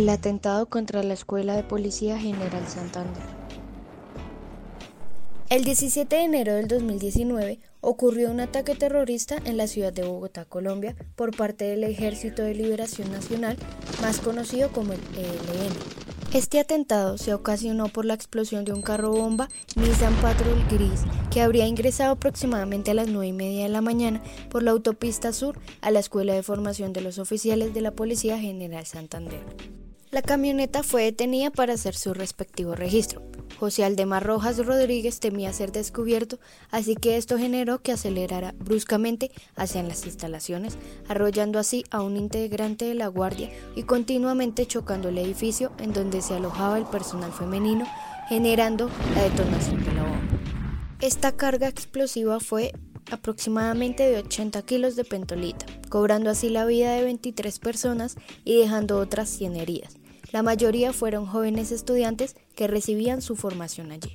El atentado contra la Escuela de Policía General Santander. El 17 de enero del 2019 ocurrió un ataque terrorista en la ciudad de Bogotá, Colombia, por parte del Ejército de Liberación Nacional, más conocido como el ELN. Este atentado se ocasionó por la explosión de un carro bomba Nissan Patrol gris que habría ingresado aproximadamente a las 9:30 de la mañana por la autopista sur a la Escuela de Formación de los Oficiales de la Policía General Santander. La camioneta fue detenida para hacer su respectivo registro. José Aldemar Rojas Rodríguez temía ser descubierto, así que esto generó que acelerara bruscamente hacia las instalaciones, arrollando así a un integrante de la guardia y continuamente chocando el edificio en donde se alojaba el personal femenino, generando la detonación de la bomba. Esta carga explosiva fue aproximadamente de 80 kilos de pentolita, cobrando así la vida de 23 personas y dejando otras 100 heridas. La mayoría fueron jóvenes estudiantes que recibían su formación allí.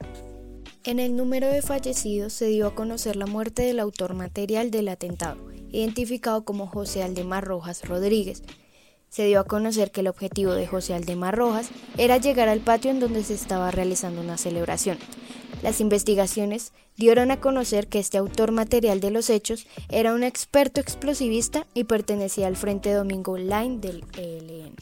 En el número de fallecidos se dio a conocer la muerte del autor material del atentado, identificado como José Aldemar Rojas Rodríguez. Se dio a conocer que el objetivo de José Aldemar Rojas era llegar al patio en donde se estaba realizando una celebración. Las investigaciones dieron a conocer que este autor material de los hechos era un experto explosivista y pertenecía al Frente Domingo Line del ELN.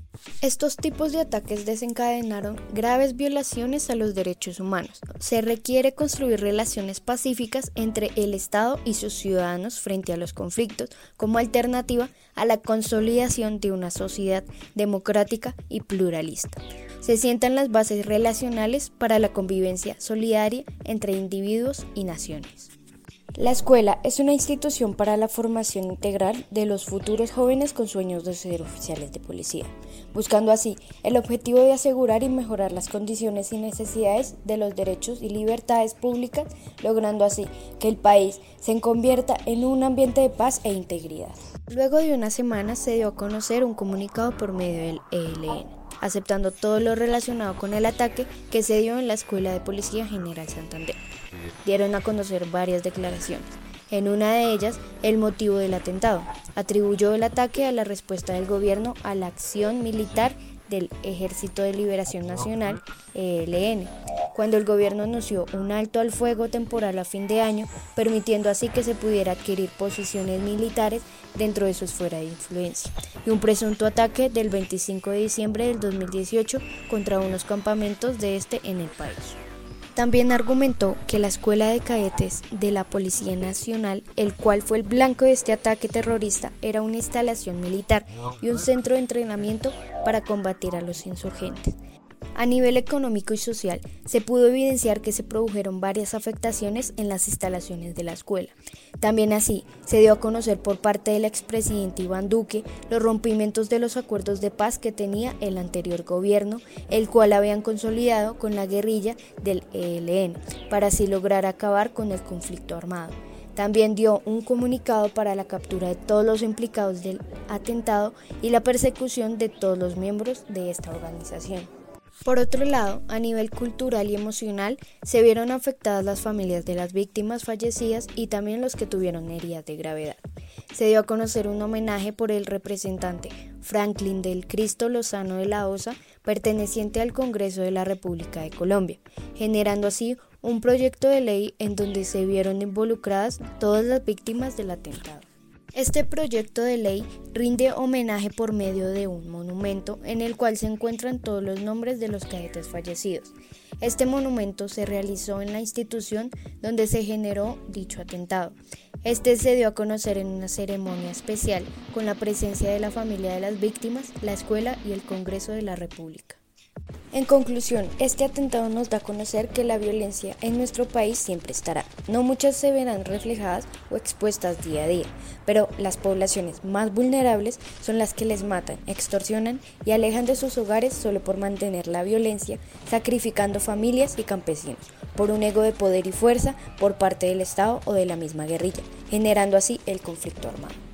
Estos tipos de ataques desencadenaron graves violaciones a los derechos humanos. Se requiere construir relaciones pacíficas entre el Estado y sus ciudadanos frente a los conflictos como alternativa a la consolidación de una sociedad democrática y pluralista. Se sientan las bases relacionales para la convivencia solidaria entre individuos y naciones. La escuela es una institución para la formación integral de los futuros jóvenes con sueños de ser oficiales de policía, buscando así el objetivo de asegurar y mejorar las condiciones y necesidades de los derechos y libertades públicas, logrando así que el país se convierta en un ambiente de paz e integridad. Luego de unas semanas se dio a conocer un comunicado por medio del ELN, aceptando todo lo relacionado con el ataque que se dio en la Escuela de Policía General Santander. Dieron a conocer varias declaraciones. En una de ellas, el motivo del atentado. Atribuyó el ataque a la respuesta del gobierno a la acción militar del Ejército de Liberación Nacional, ELN, cuando el gobierno anunció un alto al fuego temporal a fin de año, permitiendo así que se pudiera adquirir posiciones militares dentro de su esfera de influencia, y un presunto ataque del 25 de diciembre del 2018 contra unos campamentos de en el país. También argumentó que la Escuela de Cadetes de la Policía Nacional, el cual fue el blanco de este ataque terrorista, era una instalación militar y un centro de entrenamiento para combatir a los insurgentes. A nivel económico y social, se pudo evidenciar que se produjeron varias afectaciones en las instalaciones de la escuela. También así, se dio a conocer por parte del expresidente Iván Duque los rompimientos de los acuerdos de paz que tenía el anterior gobierno, el cual habían consolidado con la guerrilla del ELN, para así lograr acabar con el conflicto armado. También dio un comunicado para la captura de todos los implicados del atentado y la persecución de todos los miembros de esta organización. Por otro lado, a nivel cultural y emocional, se vieron afectadas las familias de las víctimas fallecidas y también los que tuvieron heridas de gravedad. Se dio a conocer un homenaje por el representante Franklin del Cristo Lozano de la Osa, perteneciente al Congreso de la República de Colombia, generando así un proyecto de ley en donde se vieron involucradas todas las víctimas del atentado. Este proyecto de ley rinde homenaje por medio de un monumento en el cual se encuentran todos los nombres de los cadetes fallecidos. Este monumento se realizó en la institución donde se generó dicho atentado. Este se dio a conocer en una ceremonia especial con la presencia de la familia de las víctimas, la escuela y el Congreso de la República. En conclusión, este atentado nos da a conocer que la violencia en nuestro país siempre estará. No muchas se verán reflejadas o expuestas día a día, pero las poblaciones más vulnerables son las que les matan, extorsionan y alejan de sus hogares solo por mantener la violencia, sacrificando familias y campesinos, por un ego de poder y fuerza por parte del Estado o de la misma guerrilla, generando así el conflicto armado.